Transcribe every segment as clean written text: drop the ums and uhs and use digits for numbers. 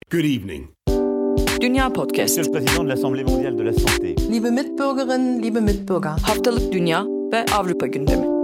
Good evening. Dünya Podcast. Monsieur le Président de l'Assemblée mondiale de la santé. Liebe Mitbürgerinnen, liebe Mitbürger. Haftalık Dünya ve Avrupa gündemi.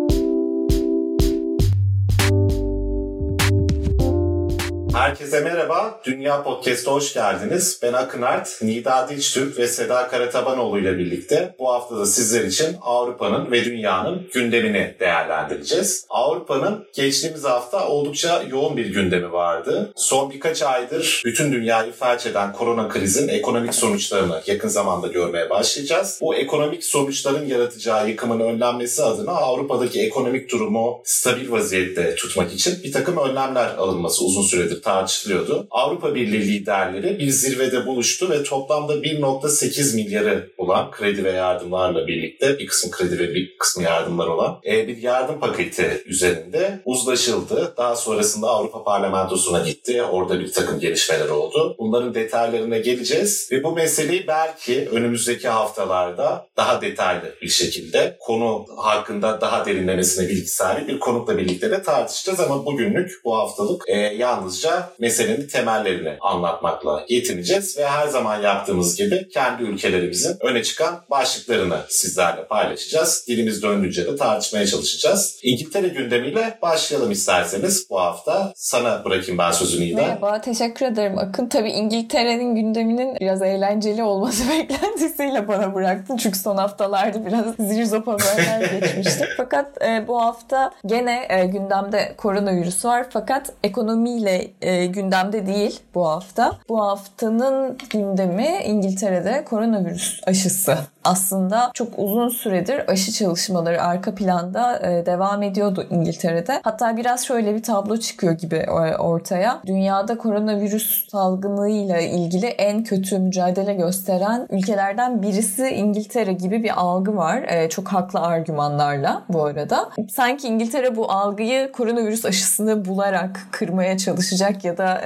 Herkese merhaba. Dünya Podcast'a hoş geldiniz. Ben Akın Ert, Nida Dilçtürk ve Seda Karatabanoğlu ile birlikte bu hafta da sizler için Avrupa'nın ve dünyanın gündemini değerlendireceğiz. Avrupa'nın geçtiğimiz hafta oldukça yoğun bir gündemi vardı. Son birkaç aydır bütün dünyayı felç eden korona krizin ekonomik sonuçlarını yakın zamanda görmeye başlayacağız. Bu ekonomik sonuçların yaratacağı yıkımın önlenmesi adına Avrupa'daki ekonomik durumu stabil vaziyette tutmak için bir takım önlemler alınması uzun süredir tartışılıyordu. Avrupa Birliği liderleri bir zirvede buluştu ve toplamda 1.8 milyarı olan kredi ve yardımlarla birlikte bir kısım kredi ve bir kısım yardımlar olan bir yardım paketi üzerinde uzlaşıldı. Daha sonrasında Avrupa Parlamentosu'na gitti. Orada bir takım gelişmeler oldu. Bunların detaylarına geleceğiz ve bu meseleyi belki önümüzdeki haftalarda daha detaylı bir şekilde konu hakkında daha derinlemesine bilgi sahibi bir konukla birlikte de tartışacağız ama bugünlük bu haftalık yalnızca meselenin temellerini anlatmakla yetineceğiz ve her zaman yaptığımız gibi kendi ülkelerimizin öne çıkan başlıklarını sizlerle paylaşacağız. Dilimiz döndüğünce de tartışmaya çalışacağız. İngiltere gündemiyle başlayalım isterseniz bu hafta. Sana bırakayım ben sözünü Nida. Merhaba, teşekkür ederim Akın. Tabii İngiltere'nin gündeminin biraz eğlenceli olması beklentisiyle bana bıraktın. Çünkü son haftalarda biraz zirzopa haberler geçmiştik. Fakat bu hafta gene gündemde koronavirüs var. Fakat ekonomiyle gündemde değil bu hafta. Bu haftanın gündemi İngiltere'de koronavirüs aşısı. Aslında çok uzun süredir aşı çalışmaları arka planda devam ediyordu İngiltere'de. Hatta biraz şöyle bir tablo çıkıyor gibi ortaya. Dünyada koronavirüs salgınıyla ilgili en kötü mücadele gösteren ülkelerden birisi İngiltere gibi bir algı var. Çok haklı argümanlarla bu arada. Sanki İngiltere bu algıyı koronavirüs aşısını bularak kırmaya çalışacak ya da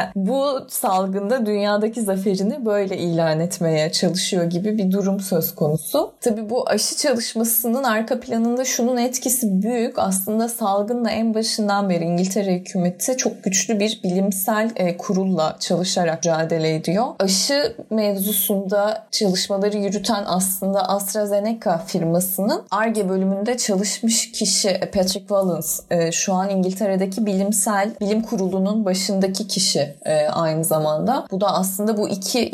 bu salgında dünyadaki zaferini böyle ilan etmeye çalışıyor gibi bir durum söz konusu. Tabii bu aşı çalışmasının arka planında şunun etkisi büyük. Aslında salgınla en başından beri İngiltere hükümeti çok güçlü bir bilimsel kurulla çalışarak mücadele ediyor. Aşı mevzusunda çalışmaları yürüten aslında AstraZeneca firmasının Ar-Ge bölümünde çalışmış kişi Patrick Vallance şu an İngiltere'deki bilim kurulunun başındaki kişi aynı zamanda. Bu da aslında bu iki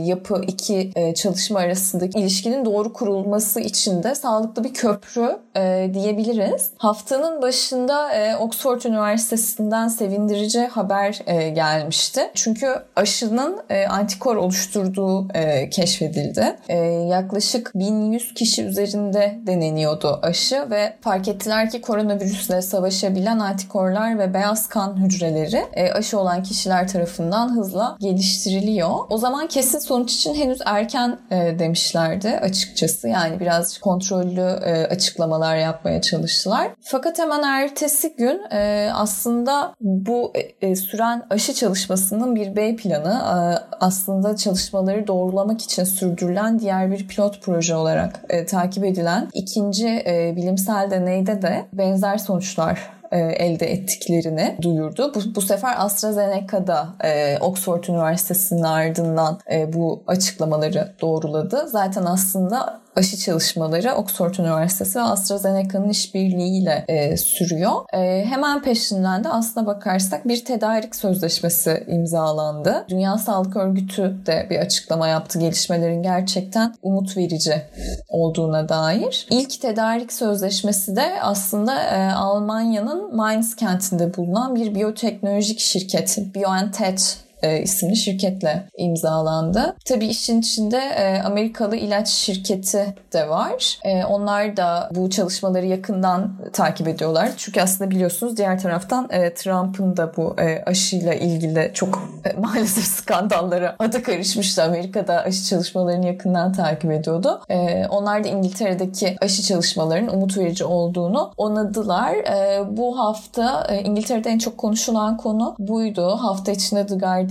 çalışma arasındaki ilişkinin doğru kurulması için de sağlıklı bir köprü diyebiliriz. Haftanın başında Oxford Üniversitesi'nden sevindirici haber gelmişti. Çünkü aşının antikor oluşturduğu keşfedildi. Yaklaşık 1100 kişi üzerinde deneniyordu aşı ve fark ettiler ki koronavirüsle savaşabilen antikorlar ve beyaz kan hücreleri aşı olan kişiler tarafından hızla geliştiriliyor. O zaman kesin sonuç için henüz erken demişlerdi açıkçası. Yani biraz kontrollü açıklamalar yapmaya çalıştılar. Fakat hemen ertesi gün aslında bu süren aşı çalışmasının bir B planı aslında çalışmaları doğrulamak için sürdürülen diğer bir pilot proje olarak takip edilen ikinci bilimsel deneyde de benzer sonuçlar elde ettiklerini duyurdu. Bu sefer AstraZeneca'da Oxford Üniversitesi'nin ardından bu açıklamaları doğruladı. Zaten aslında aşı çalışmaları Oxford Üniversitesi ve AstraZeneca'nın işbirliğiyle sürüyor. Hemen peşinden de aslına bakarsak bir tedarik sözleşmesi imzalandı. Dünya Sağlık Örgütü de bir açıklama yaptı. Gelişmelerin gerçekten umut verici olduğuna dair. İlk tedarik sözleşmesi de aslında Almanya'nın Mainz kentinde bulunan bir biyoteknolojik şirket BioNTech isimli şirketle imzalandı. Tabii işin içinde Amerikalı ilaç şirketi de var. Onlar da bu çalışmaları yakından takip ediyorlar. Çünkü aslında biliyorsunuz diğer taraftan Trump'ın da bu aşıyla ilgili çok maalesef skandallara adı karışmıştı. Amerika'da aşı çalışmalarını yakından takip ediyordu. Onlar da İngiltere'deki aşı çalışmalarının umut verici olduğunu onadılar. Bu hafta İngiltere'de en çok konuşulan konu buydu. Hafta içinde The Guardian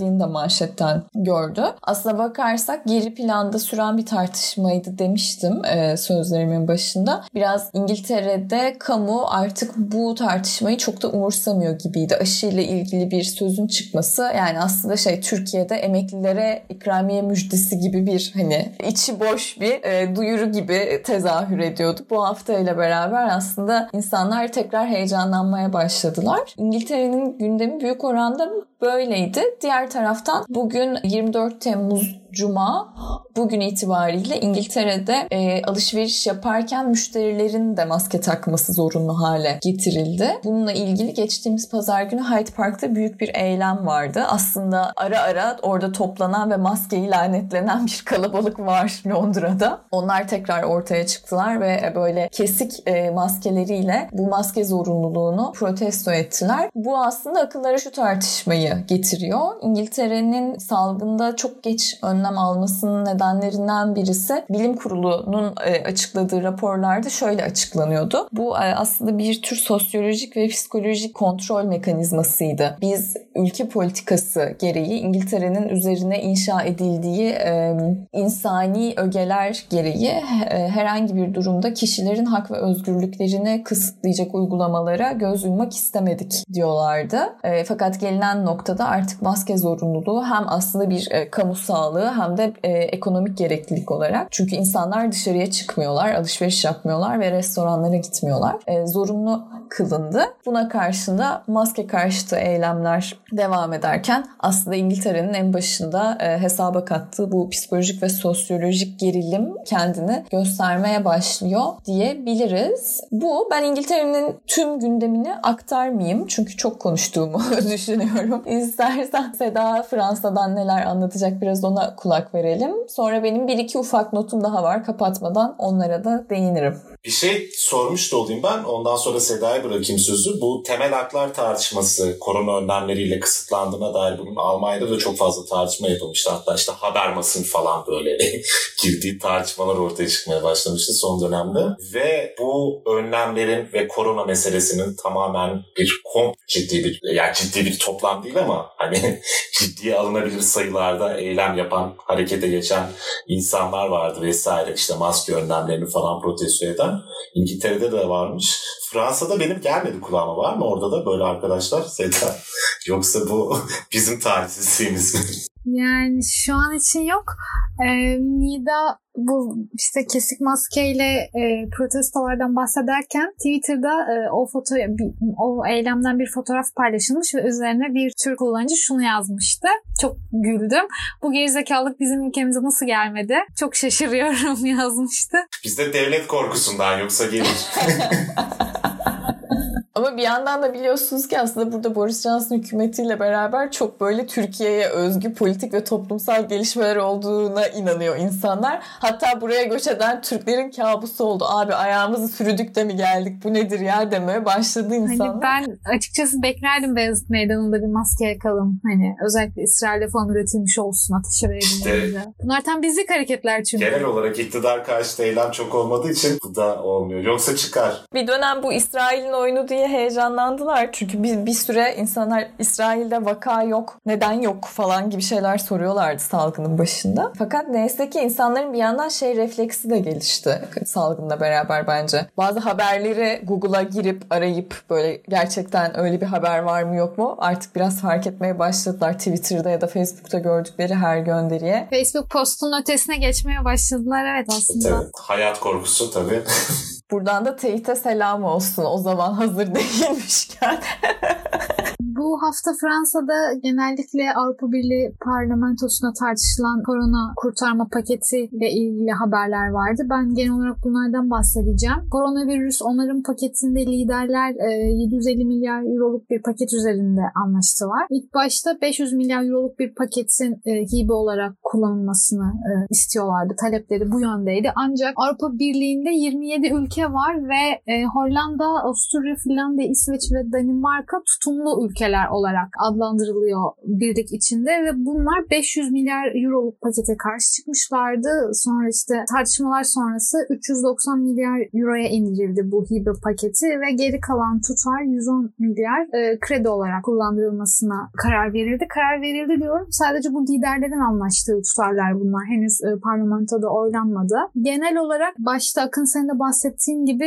söylediğini de manşetten gördü. Aslına bakarsak geri planda süren bir tartışmaydı demiştim sözlerimin başında. Biraz İngiltere'de kamu artık bu tartışmayı çok da umursamıyor gibiydi. Aşıyla ilgili bir sözün çıkması yani aslında Türkiye'de emeklilere ikramiye müjdesi gibi bir içi boş bir duyuru gibi tezahür ediyordu. Bu haftayla beraber aslında insanlar tekrar heyecanlanmaya başladılar. İngiltere'nin gündemi büyük oranda böyleydi. Diğer taraftan bugün 24 Temmuz Cuma, bugün itibariyle İngiltere'de alışveriş yaparken müşterilerin de maske takması zorunlu hale getirildi. Bununla ilgili geçtiğimiz pazar günü Hyde Park'ta büyük bir eylem vardı. Aslında ara ara orada toplanan ve maskeyi lanetlenen bir kalabalık var Londra'da. Onlar tekrar ortaya çıktılar ve böyle kesik maskeleriyle bu maske zorunluluğunu protesto ettiler. Bu aslında akıllara şu tartışmayı getiriyor. İngiltere'nin salgında çok geç önlem almasının nedenlerinden birisi bilim kurulunun açıkladığı raporlarda şöyle açıklanıyordu. Bu aslında bir tür sosyolojik ve psikolojik kontrol mekanizmasıydı. Biz ülke politikası gereği İngiltere'nin üzerine inşa edildiği insani ögeler gereği herhangi bir durumda kişilerin hak ve özgürlüklerini kısıtlayacak uygulamalara göz yummak istemedik diyorlardı. Fakat gelinen noktada artık maske zorunluluğu hem aslında bir kamu sağlığı hem de ekonomik gereklilik olarak. Çünkü insanlar dışarıya çıkmıyorlar, alışveriş yapmıyorlar ve restoranlara gitmiyorlar. Zorunlu kılındı. Buna karşında maske karşıtı eylemler devam ederken aslında İngiltere'nin en başında hesaba kattığı bu psikolojik ve sosyolojik gerilim kendini göstermeye başlıyor diyebiliriz. Ben İngiltere'nin tüm gündemini aktarmayayım çünkü çok konuştuğumu düşünüyorum. İstersen Seda Fransa'dan neler anlatacak biraz ona kulak verelim. Sonra benim bir iki ufak notum daha var. Kapatmadan onlara da değinirim. Bir şey sormuş da olayım ben. Ondan sonra Seda'ya bırakayım sözü. Bu temel haklar tartışması korona önlemleriyle kısıtlandığına dair bugün Almanya'da da çok fazla tartışma yapılmıştı. Hatta Habermas'ın falan böyle girdiği tartışmalar ortaya çıkmaya başlamıştı son dönemde. Ve bu önlemlerin ve korona meselesinin tamamen ciddi bir toplam değil ama ciddiye alınabilir sayılarda eylem yapan, harekete geçen insanlar vardı vesaire. Maske önlemlerini falan protesto eden. İngiltere'de de varmış. Fransa'da benim gelmedi kulağıma. Var mı orada da böyle arkadaşlar? Seda. Yoksa bu bizim tarihsizliğimiz mi? Yani şu an için yok. Nida bu kesik maskeyle protestolardan bahsederken Twitter'da o eylemden bir fotoğraf paylaşılmış ve üzerine bir Türk kullanıcı şunu yazmıştı. Çok güldüm. Bu gerizekalılık bizim ülkemize nasıl gelmedi? Çok şaşırıyorum yazmıştı. Bizde devlet korkusundan yoksa gelir. Ama bir yandan da biliyorsunuz ki aslında burada Boris Johnson hükümetiyle beraber çok böyle Türkiye'ye özgü politik ve toplumsal gelişmeler olduğuna inanıyor insanlar. Hatta buraya göç eden Türklerin kabusu oldu. Abi ayağımızı sürüdük de mi geldik bu nedir ya demeye başladı insanlar. Ben açıkçası beklerdim Beyazıt Meydanı'nda bir maske yakalım. Özellikle İsrail'de falan üretilmiş olsun ateşe verelim. Bunlar tam bizlik hareketler çünkü. Genel olarak iktidar karşıtı eylem çok olmadığı için bu da olmuyor. Yoksa çıkar. Bir dönem bu İsrail'in oyunu diye heyecanlandılar. Çünkü bir süre insanlar İsrail'de vaka yok, neden yok falan gibi şeyler soruyorlardı salgının başında. Fakat neyse ki insanların bir yandan refleksi de gelişti salgınla beraber bence. Bazı haberleri Google'a girip arayıp böyle gerçekten öyle bir haber var mı yok mu artık biraz fark etmeye başladılar. Twitter'da ya da Facebook'ta gördükleri her gönderiye. Facebook postun ötesine geçmeye başladılar evet aslında. Tabii, hayat korkusu tabii. Buradan da teyite selam olsun o zaman hazır değilmişken. Bu hafta Fransa'da genellikle Avrupa Birliği parlamentosuna tartışılan korona kurtarma paketiyle ilgili haberler vardı. Ben genel olarak bunlardan bahsedeceğim. Koronavirüs onarım paketinde liderler 750 milyar euroluk bir paket üzerinde anlaştılar. İlk başta 500 milyar euroluk bir paketin hibe olarak kullanılmasını istiyorlardı. Talepleri bu yöndeydi. Ancak Avrupa Birliği'nde 27 ülke ülke var ve Hollanda, Avusturya, Finlandiya, İsveç ve Danimarka tutumlu ülkeler olarak adlandırılıyor birlik içinde ve bunlar 500 milyar euroluk pakete karşı çıkmışlardı. Sonra işte tartışmalar sonrası 390 milyar euroya indirildi bu hibe paketi ve geri kalan tutar 110 milyar kredi olarak kullandırılmasına karar verildi. Karar verildi diyorum. Sadece bu liderlerin anlaştığı tutarlar bunlar. Henüz parlamentoda oylanmadı. Genel olarak başta Akın senin de bahsettiğin gibi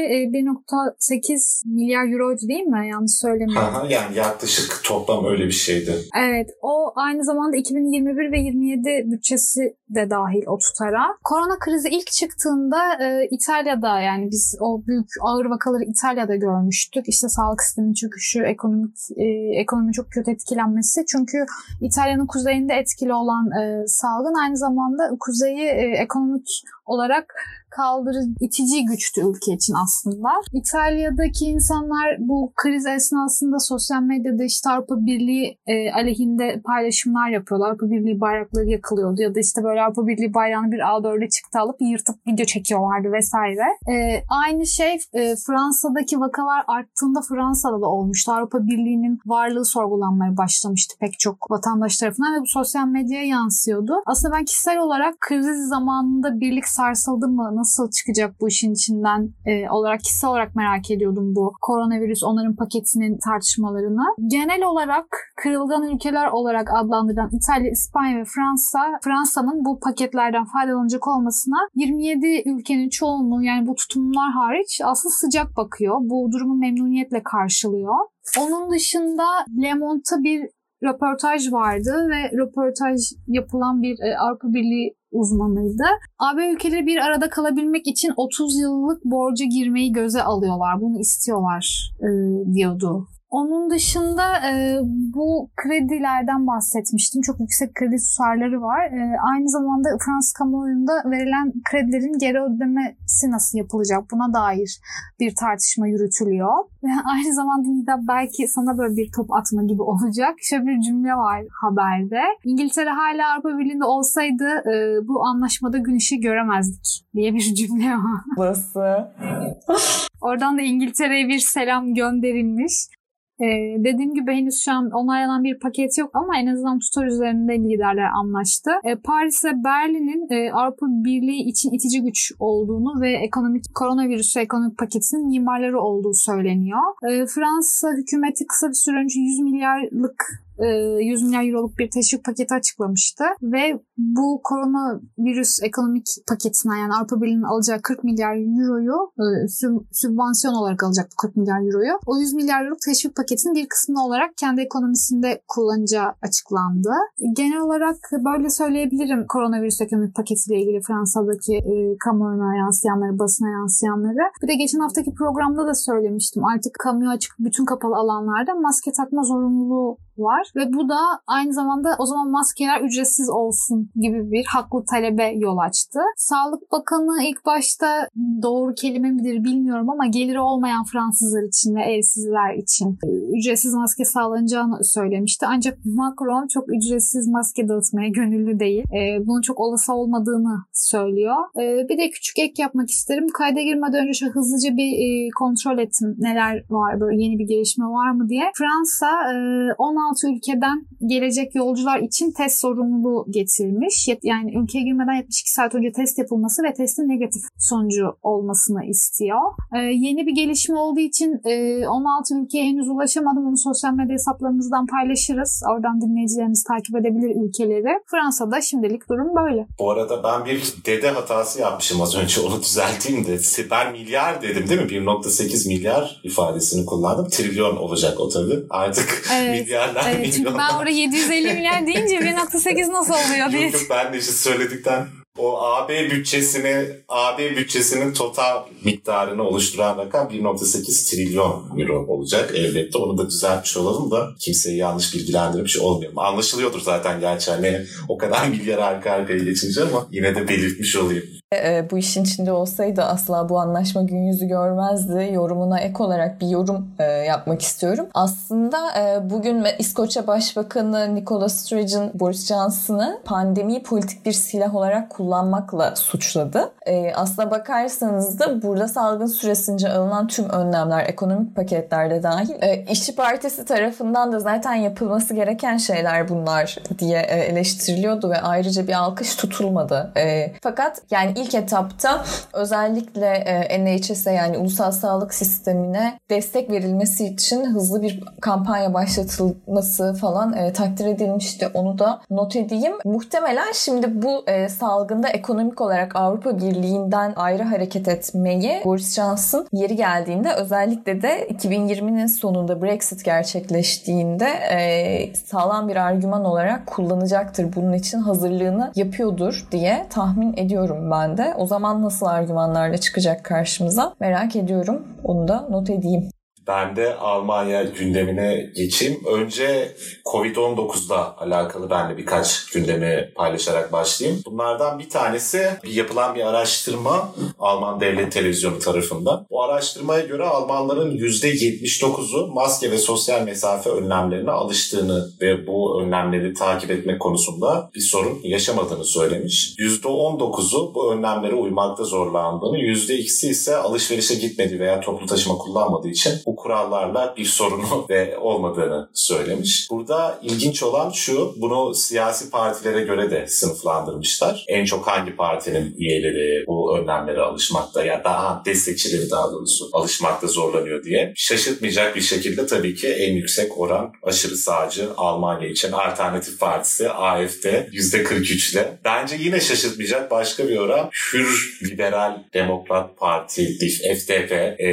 1.8 milyar euroydu değil mi? Yanlış söylemiyorum. Yani yaklaşık toplam öyle bir şeydi. Evet. O aynı zamanda 2021 ve 27 bütçesi de dahil o tutara. Korona krizi ilk çıktığında İtalya'da yani biz o büyük ağır vakaları İtalya'da görmüştük. İşte sağlık sisteminin çöküşü, ekonomi çok kötü etkilenmesi. Çünkü İtalya'nın kuzeyinde etkili olan salgın aynı zamanda kuzeyi ekonomik olarak itici güçtü ülke için aslında. İtalya'daki insanlar bu kriz esnasında sosyal medyada işte Avrupa Birliği aleyhinde paylaşımlar yapıyorlar. Avrupa Birliği bayrakları yakılıyordu ya da işte böyle Avrupa Birliği bayrağını bir A4'e çıktı alıp yırtıp video çekiyorlardı vesaire. Aynı şey Fransa'daki vakalar arttığında Fransa'da da olmuştu. Avrupa Birliği'nin varlığı sorgulanmaya başlamıştı pek çok vatandaş tarafından ve bu sosyal medyaya yansıyordu. Aslında ben kişisel olarak kriz zamanında birlik sarsıldı mı? Nasıl çıkacak bu işin içinden olarak kişisel olarak merak ediyordum bu koronavirüs onarım paketinin tartışmalarını. Genel olarak kırılgan ülkeler olarak adlandırılan İtalya, İspanya ve Fransa'nın bu paketlerden faydalanacak olmasına 27 ülkenin çoğunluğu yani bu tutumlar hariç aslında sıcak bakıyor. Bu durumu memnuniyetle karşılıyor. Onun dışında Le Monde'da bir röportaj vardı ve röportaj yapılan bir Avrupa Birliği uzmanıydı. AB ülkeleri bir arada kalabilmek için 30 yıllık borca girmeyi göze alıyorlar. Bunu istiyorlar diyordu. Onun dışında bu kredilerden bahsetmiştim. Çok yüksek kredi tutarları var. Aynı zamanda Fransız kamuoyunda verilen kredilerin geri ödemesi nasıl yapılacak? Buna dair bir tartışma yürütülüyor. Aynı zamanda belki sana böyle bir top atma gibi olacak. Şöyle bir cümle var haberde. İngiltere hala Avrupa Birliği'nde olsaydı bu anlaşmada gün ışığı göremezdik diye bir cümle var. Nasıl? Oradan da İngiltere'ye bir selam gönderilmiş. Dediğim gibi henüz şu an onaylanan bir paket yok ama en azından tutar üzerinde liderler anlaştı. Paris ve Berlin'in Avrupa Birliği için itici güç olduğunu ve koronavirüsü ekonomik paketinin mimarları olduğu söyleniyor. Fransa hükümeti kısa bir süre önce 100 milyar euroluk bir teşvik paketi açıklamıştı ve bu koronavirüs ekonomik paketinden yani Avrupa Birliği'nin alacağı 40 milyar euroyu sübvansiyon olarak alacak bu 40 milyar euroyu. O 100 milyar euroluk teşvik paketinin bir kısmını olarak kendi ekonomisinde kullanacağı açıklandı. Genel olarak böyle söyleyebilirim koronavirüs ekonomik paketiyle ilgili Fransa'daki kamuoyuna yansıyanları, basına yansıyanları. Bir de geçen haftaki programda da söylemiştim. Artık kamuya açık bütün kapalı alanlarda maske takma zorunluluğu var. Ve bu da aynı zamanda o zaman maskeler ücretsiz olsun gibi bir haklı talebe yol açtı. Sağlık Bakanı ilk başta doğru kelime midir bilmiyorum ama geliri olmayan Fransızlar için ve evsizler için ücretsiz maske sağlanacağını söylemişti. Ancak Macron çok ücretsiz maske dağıtmaya gönüllü değil. Bunun çok olası olmadığını söylüyor. Bir de küçük ek yapmak isterim. Kayda girmeden önce şöyle hızlıca bir kontrol ettim. Neler var, böyle yeni bir gelişme var mı diye. Fransa 16 ülkeden gelecek yolcular için test zorunluluğu getirmiş. Yani ülkeye girmeden 72 saat önce test yapılması ve testin negatif sonucu olmasını istiyor. Yeni bir gelişme olduğu için 16 ülkeye henüz ulaşamadım. Onu sosyal medya hesaplarımızdan paylaşırız. Oradan dinleyicilerimiz takip edebilir ülkeleri. Fransa'da şimdilik durum böyle. Bu arada ben bir dede hatası yapmışım az önce. Onu düzelteyim de. Ben milyar dedim değil mi? 1.8 milyar ifadesini kullandım. Trilyon olacak o tabii. Artık milyarlar evet, çünkü ben orada 750 milyar deyince 1.8 nasıl oluyor diye. Yok ben de işte söyledikten o AB bütçesinin total miktarını oluşturan rakam 1.8 trilyon euro olacak elbette. Onu da düzeltmiş olalım da kimseyi yanlış bilgilendirmiş olmayalım. Anlaşılıyordur zaten gerçi hani o kadar milyar arka arkaya geçince ama yine de belirtmiş olayım. Bu işin içinde olsaydı asla bu anlaşma gün yüzü görmezdi yorumuna ek olarak bir yorum yapmak istiyorum. Aslında bugün İskoçya Başbakanı Nicola Sturgeon Boris Johnson'ı pandemiyi politik bir silah olarak kullanmakla suçladı. Aslına bakarsanız da burada salgın süresince alınan tüm önlemler, ekonomik paketlerde dahil, İşçi Partisi tarafından da zaten yapılması gereken şeyler bunlar diye eleştiriliyordu ve ayrıca bir alkış tutulmadı. Fakat yani ilk etapta özellikle NHS'e yani Ulusal Sağlık Sistemi'ne destek verilmesi için hızlı bir kampanya başlatılması falan takdir edilmişti. Onu da not edeyim. Muhtemelen şimdi bu salgında ekonomik olarak Avrupa Birliği'nden ayrı hareket etmeyi Boris Johnson yeri geldiğinde, özellikle de 2020'nin sonunda Brexit gerçekleştiğinde sağlam bir argüman olarak kullanacaktır. Bunun için hazırlığını yapıyordur diye tahmin ediyorum ben de. O zaman nasıl argümanlarla çıkacak karşımıza merak ediyorum. Onu da not edeyim. Ben de Almanya gündemine geçeyim. Önce Covid-19'la alakalı ben de birkaç gündemi paylaşarak başlayayım. Bunlardan bir tanesi yapılan bir araştırma Alman Devlet Televizyonu tarafından. Bu araştırmaya göre Almanların %79'u maske ve sosyal mesafe önlemlerine alıştığını ve bu önlemleri takip etmek konusunda bir sorun yaşamadığını söylemiş. %19'u bu önlemlere uymakta zorlandığını, %2'si ise alışverişe gitmediği veya toplu taşıma kullanmadığı için bu kurallarla bir sorunu ve olmadığını söylemiş. Burada ilginç olan şu, bunu siyasi partilere göre de sınıflandırmışlar. En çok hangi partinin üyeleri bu önlemlere alışmakta ya daha destekçileri daha doğrusu alışmakta zorlanıyor diye. Şaşırtmayacak bir şekilde tabii ki en yüksek oran aşırı sağcı Almanya için Alternatif Partisi AfD %43 ile. Bence yine şaşırtmayacak başka bir oran Hür Liberal Demokrat Parti FDP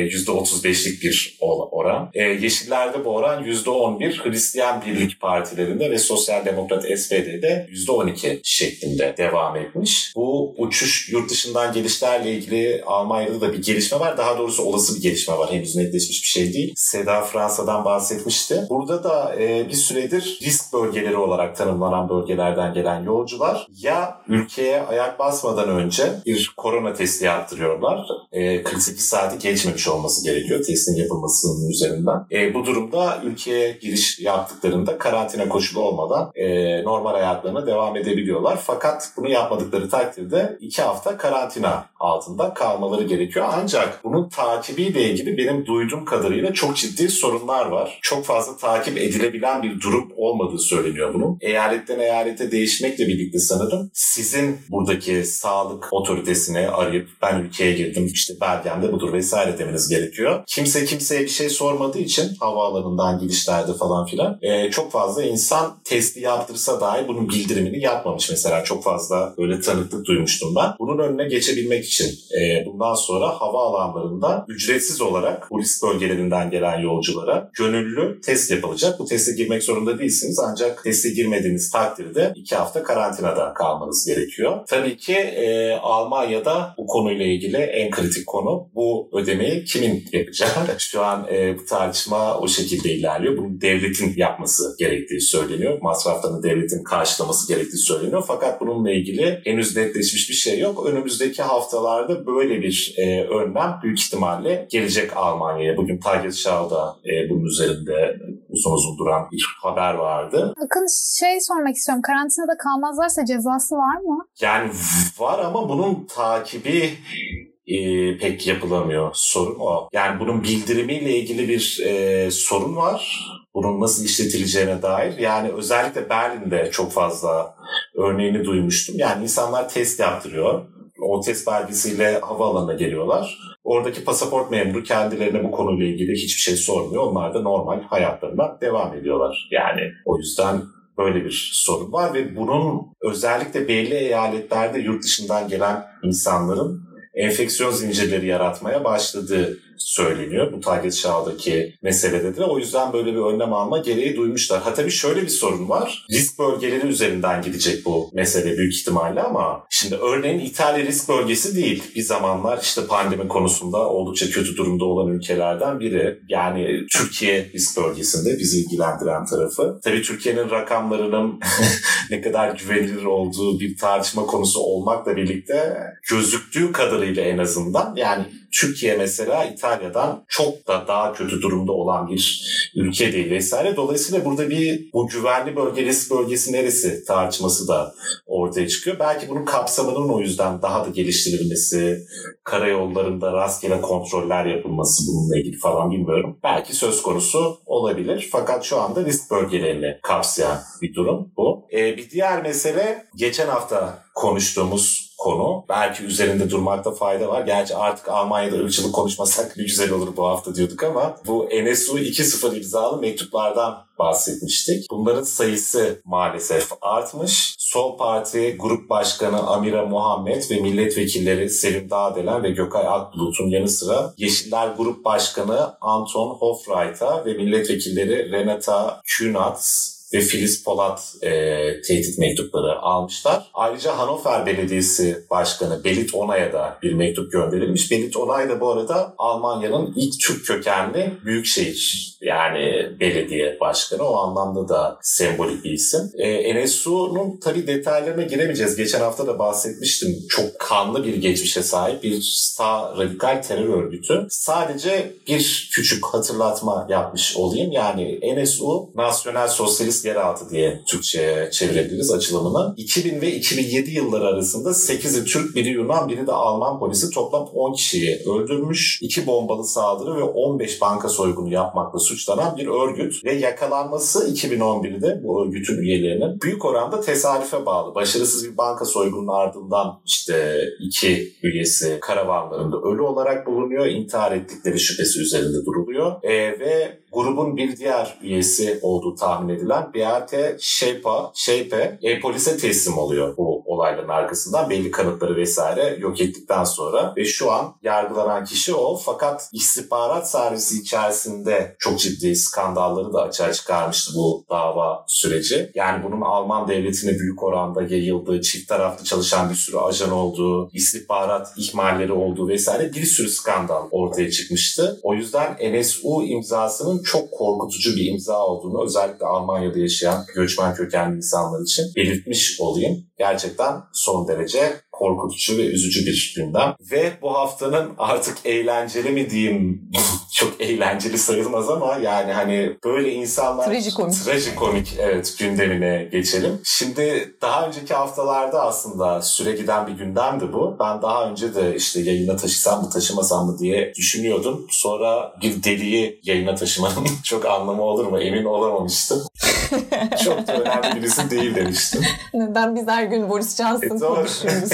%35'lik bir oran. Yeşillerde bu oran %11, Hristiyan Birlik Partilerinde ve Sosyal Demokrat SPD'de %12 şeklinde devam etmiş. Bu uçuş yurt dışından gelişlerle ilgili Almanya'da da bir gelişme var. Daha doğrusu olası bir gelişme var. Henüz netleşmiş bir şey değil. Seda Fransa'dan bahsetmişti. Burada da bir süredir risk bölgeleri olarak tanımlanan bölgelerden gelen yolcular ya ülkeye ayak basmadan önce bir korona testi yaptırıyorlar. 48 saati geçmemiş olması gerekiyor testin yapılmasının üzerinden. Bu durumda ülkeye giriş yaptıklarında karantina koşulu olmadan normal hayatlarına devam edebiliyorlar. Fakat bunu yapmadıkları takdirde 2 hafta karantina altında kalmaları gerekiyor. Ancak bunun takibiyle ilgili benim duyduğum kadarıyla çok ciddi sorunlar var. Çok fazla takip edilebilen bir durum olmadığı söyleniyor bunun. Eyaletten eyalete değişmekle birlikte sanırım sizin buradaki sağlık otoritesini arayıp ben ülkeye girdim işte belgem de budur vesaire demeniz gerekiyor. Kimse kimseye bir şey sormadığı için havaalanından girişlerde falan filan çok fazla insan testi yaptırsa dahi bunun bildirimini yapmamış. Mesela çok fazla öyle tanıklık duymuştum ben. Bunun önüne geçebilmek için bundan sonra havaalanlarında ücretsiz olarak bu risk bölgelerinden gelen yolculara gönüllü test yapılacak. Bu teste girmek zorunda değilsiniz ancak teste girmediğiniz takdirde 2 hafta karantinada kalmanız gerekiyor. Tabii ki Almanya'da bu konuyla ilgili en kritik konu bu ödemeyi kimin yapacağı. Şu an bu tartışma o şekilde ilerliyor. Bunu devletin yapması gerektiği söyleniyor. Masraflarını devletin karşılaması gerektiği söyleniyor. Fakat bununla ilgili henüz netleşmiş bir şey yok. Önümüzdeki haftalarda böyle bir önlem büyük ihtimalle gelecek Almanya'ya. Bugün Tagesschau'da bunun üzerinde uzun duran bir haber vardı. Bakın sormak istiyorum. Karantinada kalmazlarsa cezası var mı? Yani var ama bunun takibi pek yapılamıyor. Sorun o. Yani bunun bildirimiyle ilgili bir sorun var. Bunun nasıl işletileceğine dair. Yani özellikle Berlin'de çok fazla örneğini duymuştum. Yani insanlar test yaptırıyor. O test belgesiyle havaalanına geliyorlar. Oradaki pasaport memuru kendilerine bu konuyla ilgili hiçbir şey sormuyor. Onlar da normal hayatlarına devam ediyorlar. Yani o yüzden böyle bir sorun var ve bunun özellikle belli eyaletlerde yurt dışından gelen insanların enfeksiyon zincirleri yaratmaya başladığı söyleniyor bu Target Shaw'daki meselede de. O yüzden böyle bir önlem alma gereği duymuşlar. Ha tabii şöyle bir sorun var. Risk bölgeleri üzerinden gidecek bu mesele büyük ihtimalle ama şimdi örneğin İtalya risk bölgesi değil. Bir zamanlar işte pandemi konusunda oldukça kötü durumda olan ülkelerden biri. Yani Türkiye risk bölgesinde bizi ilgilendiren tarafı. Tabii Türkiye'nin rakamlarının ne kadar güvenilir olduğu bir tartışma konusu olmakla birlikte gözüktüğü kadarıyla en azından yani Türkiye mesela İtalya'dan çok da daha kötü durumda olan bir ülke değil vesaire. Dolayısıyla burada bu güvenli bölge, risk bölgesi neresi tartışması da ortaya çıkıyor. Belki bunun kapsamının o yüzden daha da geliştirilmesi, karayollarında rastgele kontroller yapılması bununla ilgili falan bilmiyorum. Belki söz konusu olabilir. Fakat şu anda risk bölgelerini kapsayan bir durum bu. Bir diğer mesele geçen hafta konuştuğumuz konu. Belki üzerinde durmakta fayda var. Gerçi artık Almanya'da ırkçılık konuşmasak ne güzel olur bu hafta diyorduk ama bu NSU 2.0 imzalı mektuplardan bahsetmiştik. Bunların sayısı maalesef artmış. Sol Parti Grup Başkanı Amira Muhammed ve milletvekilleri Selim Dağdelen ve Gökay Akbulut'un yanı sıra Yeşiller Grup Başkanı Anton Hofreiter ve milletvekilleri Renata Künast ve Filiz Polat tehdit mektupları almışlar. Ayrıca Hannover Belediyesi Başkanı Belit Onay'a da bir mektup gönderilmiş. Belit Onay da bu arada Almanya'nın ilk Türk kökenli büyükşehir yani belediye başkanı. O anlamda da sembolik bir isim. NSU'nun tabii detaylarına giremeyeceğiz. Geçen hafta da bahsetmiştim. Çok kanlı bir geçmişe sahip bir sağ radikal terör örgütü. Sadece bir küçük hatırlatma yapmış olayım. Yani NSU, Nasyonel Sosyalist Yeraltı diye Türkçe'ye çevirebiliriz açılımını. 2000 ve 2007 yılları arasında 8'i Türk, biri Yunan, biri de Alman polisi toplam 10 kişiyi öldürmüş. 2 bombalı saldırı ve 15 banka soygunu yapmakla suçlanan bir örgüt ve yakalanması 2011'de bu örgütün üyelerinin büyük oranda tesadüfe bağlı. Başarısız bir banka soygunun ardından işte 2 üyesi karavanlarında ölü olarak bulunuyor. İntihar ettikleri şüphesi üzerinde duruluyor. Ve grubun bir diğer üyesi olduğu tahmin edilen Beate Schäpe polise teslim oluyor bu olayların arkasından. Belli kanıtları vesaire yok ettikten sonra ve şu an yargılanan kişi o. Fakat istihbarat servisi içerisinde çok ciddi skandalları da açığa çıkarmıştı bu dava süreci. Yani bunun Alman devletine büyük oranda yayıldığı, çift taraflı çalışan bir sürü ajan olduğu, istihbarat ihmalleri olduğu vesaire bir sürü skandal ortaya çıkmıştı. O yüzden NSU imzasının çok korkutucu bir imza olduğunu özellikle Almanya'da yaşayan göçmen kökenli insanlar için belirtmiş olayım. Gerçekten son derece korkutucu ve üzücü bir gündem. Ve bu haftanın artık eğlenceli mi diyeyim, çok eğlenceli sayılmaz ama yani hani böyle insanlar... Trajikomik evet gündemine geçelim. Şimdi daha önceki haftalarda aslında süre giden bir gündemdi bu. Ben daha önce de işte yayına taşısam mı taşımasam mı diye düşünüyordum. Sonra bir deliği yayına taşımanın çok anlamı olur mu emin olamamıştım. Çok da önemli birisi değil demiştim. Neden biz her gün Boris Johnson konuşuyoruz?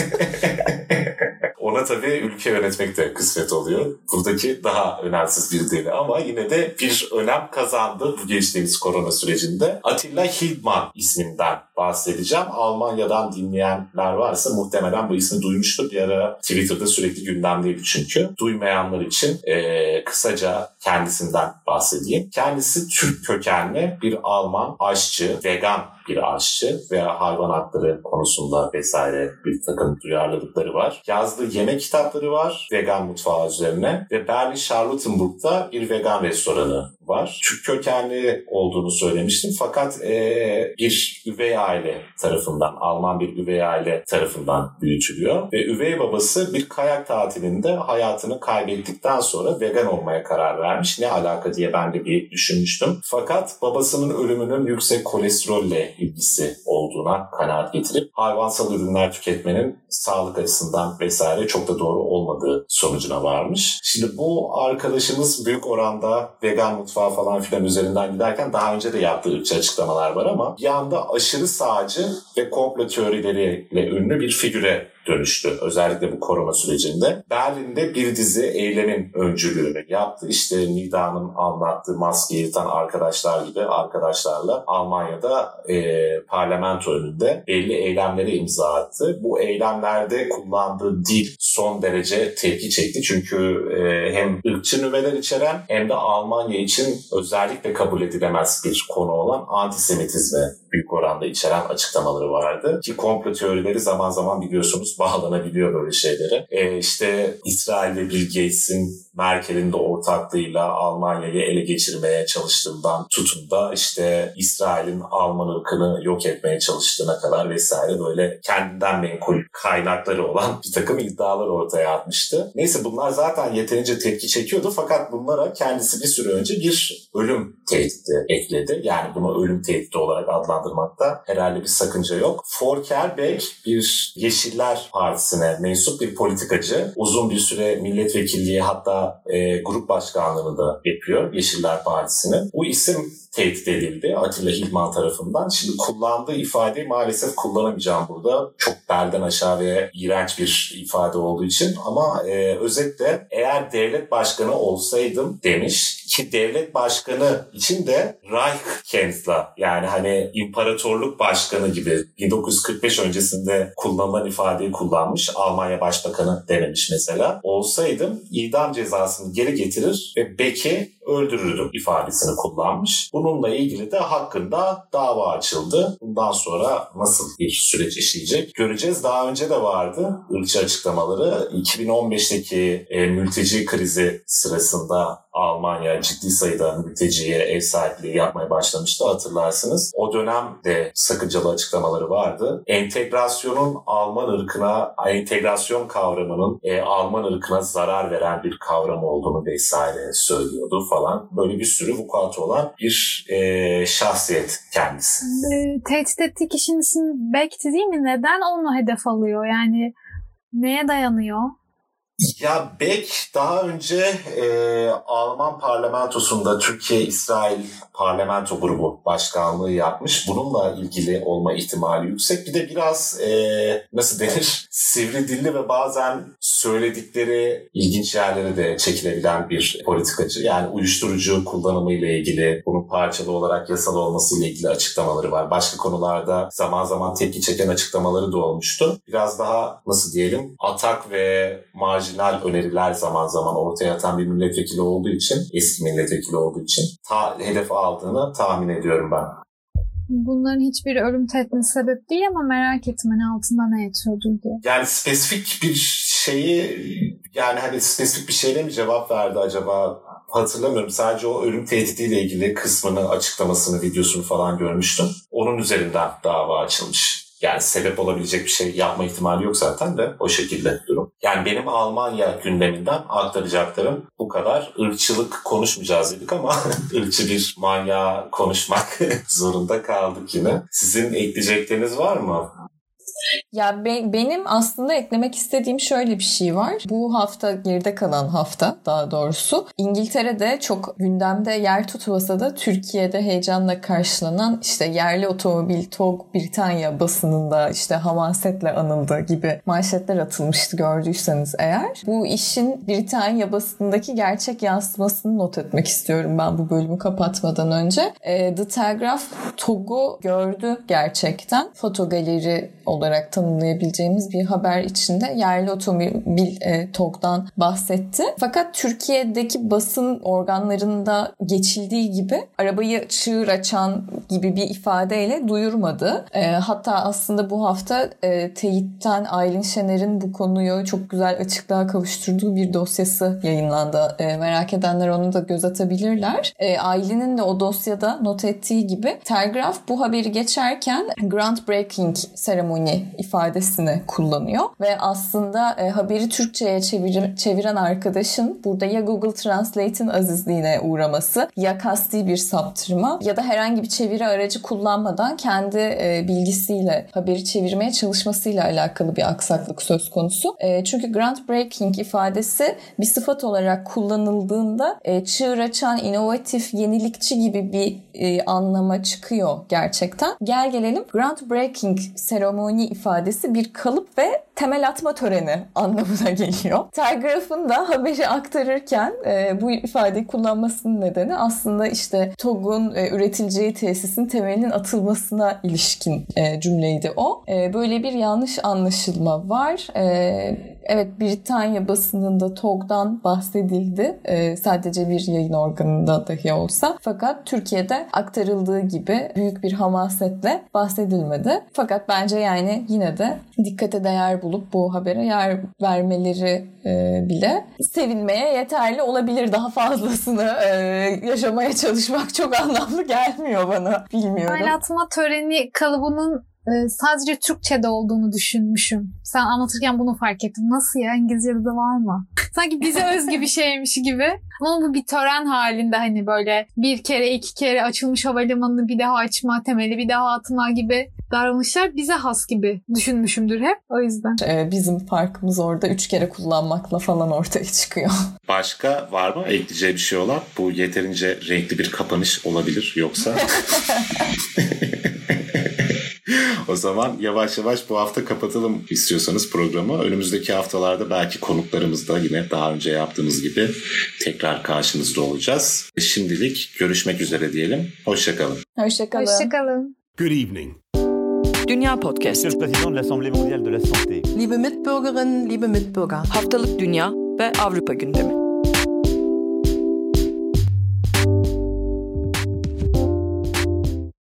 Ona tabii ülke yönetmek de kısmet oluyor. Buradaki daha önemsiz bir deli ama yine de bir önem kazandı bu geçtiğimiz korona sürecinde. Attila Hildmann isminden bahsedeceğim. Almanya'dan dinleyenler varsa muhtemelen bu ismi duymuştur. Bir ara Twitter'da sürekli gündemdeydi çünkü. Duymayanlar için kısaca kendisinden bahsedeyim. Kendisi Türk kökenli bir Alman aşçı, vegan bir aşçı ve hayvan hakları konusunda vesaire bir takım duyarlılıkları var. Yazdığı yemek kitapları var vegan mutfağı üzerine ve Berlin-Charlottenburg'da bir vegan restoranı var. Türk kökenli olduğunu söylemiştim fakat bir üvey aile tarafından, Alman bir üvey aile tarafından büyütülüyor ve üvey babası bir kayak tatilinde hayatını kaybettikten sonra vegan olmaya karar vermiş. Ne alaka diye ben de bir düşünmüştüm. Fakat babasının ölümünün yüksek kolesterolle ilgisi olduğuna kanaat getirip hayvansal ürünler tüketmenin sağlık açısından vesaire çok da doğru olmadığı sonucuna varmış. Şimdi bu arkadaşımız büyük oranda vegan mutfağı falan filan üzerinden giderken daha önce de yaptığı ırkçı açıklamalar var ama bir anda aşırı sağcı ve komplo teorileriyle ünlü bir figüre dönüştü. Özellikle bu korona sürecinde. Berlin'de bir dizi eylemin öncülüğünü yaptı. İşte Nida'nın anlattığı maskeyi yırtan arkadaşlar gibi arkadaşlarla Almanya'da parlamento önünde belli eylemlere imza attı. Bu eylemlerde kullandığı dil son derece tepki çekti. Çünkü hem ırkçı nüveler içeren hem de Almanya için özellikle kabul edilemez bir konu olan antisemitizme büyük oranda içeren açıklamaları vardı. Ki komplo teorileri zaman zaman biliyorsunuz bağlanabiliyor böyle şeylere. İşte İsrail'de Bill Gates'in Merkel'in de ortaklığıyla Almanya'yı ele geçirmeye çalıştığından tutun da işte İsrail'in Alman ırkını yok etmeye çalıştığına kadar vesaire böyle kendinden menkul kaynakları olan bir takım iddialar ortaya atmıştı. Neyse bunlar zaten yeterince tepki çekiyordu fakat bunlara kendisi bir süre önce bir ölüm tehdidi ekledi. Yani bunu ölüm tehdidi olarak adlandırmakta herhalde bir sakınca yok. Volker Beck bir Yeşiller Partisi'ne mensup bir politikacı. Uzun bir süre milletvekilliği hatta grup başkanlığını da yapıyor Yeşiller Partisi'nin. Bu isim tehdit edildi Atilla Hildman tarafından. Şimdi kullandığı ifadeyi maalesef kullanamayacağım burada. Çok belden aşağı ve iğrenç bir ifade olduğu için ama özetle eğer devlet başkanı olsaydım demiş ki devlet başkanı için de Reichskanzler yani hani imparatorluk başkanı gibi 1945 öncesinde kullanılan ifadeyi kullanmış. Almanya Başbakanı dememiş mesela. Olsaydım idam cezasını geri getirir ve Beck'i öldürürdüm ifadesini kullanmış. Bununla ilgili de hakkında dava açıldı. Bundan sonra nasıl bir süreç işleyecek göreceğiz. Daha önce de vardı ırkçı açıklamaları. 2015'teki mülteci krizi sırasında Almanya ciddi sayıda mülteciye ev sahipliği yapmaya başlamıştı hatırlarsınız. O dönemde sakıncalı açıklamaları vardı. Entegrasyon kavramının Alman ırkına zarar veren bir kavram olduğunu vesaire söylüyordu falan. Böyle bir sürü vukuatı olan bir şahsiyet kendisi. Tehdit ettiği kişinin ismi Beck'ti değil mi? Neden onu hedef alıyor? Yani neye dayanıyor? Ya Beck daha önce Alman parlamentosunda Türkiye-İsrail parlamento grubu başkanlığı yapmış. Bununla ilgili olma ihtimali yüksek. Bir de biraz nasıl denir? Sivri dilli ve bazen söyledikleri ilginç yerlere de çekilebilen bir politikacı. Yani uyuşturucu kullanımı ile ilgili, bunun parçalı olarak yasal olması ile ilgili açıklamaları var. Başka konularda zaman zaman tepki çeken açıklamaları da olmuştu. Biraz daha nasıl diyelim atak ve marjinal öneriler zaman zaman ortaya atan bir milletvekili olduğu için, eski milletvekili olduğu için hedef aldığını tahmin ediyorum ben. Bunların hiçbiri ölüm tehdidine sebep değil ama merak ettim hani altında ne yatıyordur diye. Yani spesifik bir spesifik bir şeyle mi cevap verdi acaba? Hatırlamıyorum. Sadece o ölüm tehdidiyle ilgili kısmını, açıklamasını, videosunu falan görmüştüm. Onun üzerinden dava açılmış. Yani sebep olabilecek bir şey yapma ihtimali yok zaten de o şekilde durum. Yani benim Almanya gündeminden aktaracaklarım bu kadar. Irkçılık konuşmayacağız dedik ama ırkçı bir manyağı konuşmak zorunda kaldık yine. Sizin ekleyecekleriniz var mı? Ya benim aslında eklemek istediğim şöyle bir şey var. Bu hafta, geride kalan hafta daha doğrusu, İngiltere'de çok gündemde yer tutmasa da Türkiye'de heyecanla karşılanan işte yerli otomobil TOG Britanya basınında işte hamasetle anıldı gibi manşetler atılmıştı gördüyseniz eğer. Bu işin Britanya basınındaki gerçek yansımasını not etmek istiyorum ben bu bölümü kapatmadan önce. The Telegraph TOG'u gördü gerçekten. Fotogaleri olarak tanımlayabileceğimiz bir haber içinde yerli otomobil TOG'dan bahsetti. Fakat Türkiye'deki basın organlarında geçildiği gibi arabayı çığır açan gibi bir ifadeyle duyurmadı. Hatta aslında bu hafta Teyit'ten Aylin Şener'in bu konuyu çok güzel açıklığa kavuşturduğu bir dosyası yayınlandı. Merak edenler onu da göz atabilirler. Aylin'in de o dosyada not ettiği gibi Telgraf bu haberi geçerken groundbreaking seremoni ifadesini kullanıyor ve aslında haberi Türkçe'ye çeviren arkadaşın burada ya Google Translate'in azizliğine uğraması ya kasti bir saptırma ya da herhangi bir çeviri aracı kullanmadan kendi bilgisiyle haberi çevirmeye çalışmasıyla alakalı bir aksaklık söz konusu. Çünkü groundbreaking ifadesi bir sıfat olarak kullanıldığında çığır açan, inovatif, yenilikçi gibi bir anlama çıkıyor gerçekten. Gel gelelim groundbreaking seremoni ifadesi bir kalıp ve temel atma töreni anlamına geliyor. Telgraf'ın da haberi aktarırken bu ifadeyi kullanmasının nedeni aslında işte TOG'un üretileceği tesisin temelinin atılmasına ilişkin cümleydi o. Böyle bir yanlış anlaşılma var. Evet, Britanya basınında TOG'dan bahsedildi. Sadece bir yayın organında dahi olsa. Fakat Türkiye'de aktarıldığı gibi büyük bir hamasetle bahsedilmedi. Fakat bence yani yine de dikkate değer bulup bu habere yer vermeleri bile sevinmeye yeterli olabilir. Daha fazlasını yaşamaya çalışmak çok anlamlı gelmiyor bana. Bilmiyorum. Paylaşma töreni kalıbının sadece Türkçe'de olduğunu düşünmüşüm. Sen anlatırken bunu fark ettim. Nasıl ya? İngilizce'de de var mı? Sanki bize özgü bir şeymiş gibi. Ama bu bir tören halinde hani böyle bir kere iki kere açılmış havalimanını bir daha açma, temeli bir daha atma gibi davranışlar bize has gibi düşünmüşümdür hep. O yüzden. Bizim farkımız orada 3 kere kullanmakla falan ortaya çıkıyor. Başka var mı ekleyeceği bir şey olan? Bu yeterince renkli bir kapanış olabilir yoksa? O zaman yavaş yavaş bu hafta kapatalım istiyorsanız programı. Önümüzdeki haftalarda belki konuklarımızla yine daha önce yaptığımız gibi tekrar karşınızda olacağız. Şimdilik görüşmek üzere diyelim. Hoşçakalın. Hoşçakalın. Hoşçakalın. Good evening. Dünya Podcast. Monsieur le Président de l'Assemblée mondiale de la santé. Liebe Mitbürgerinnen, liebe Mitbürger. Haftalık Dünya ve Avrupa gündemi.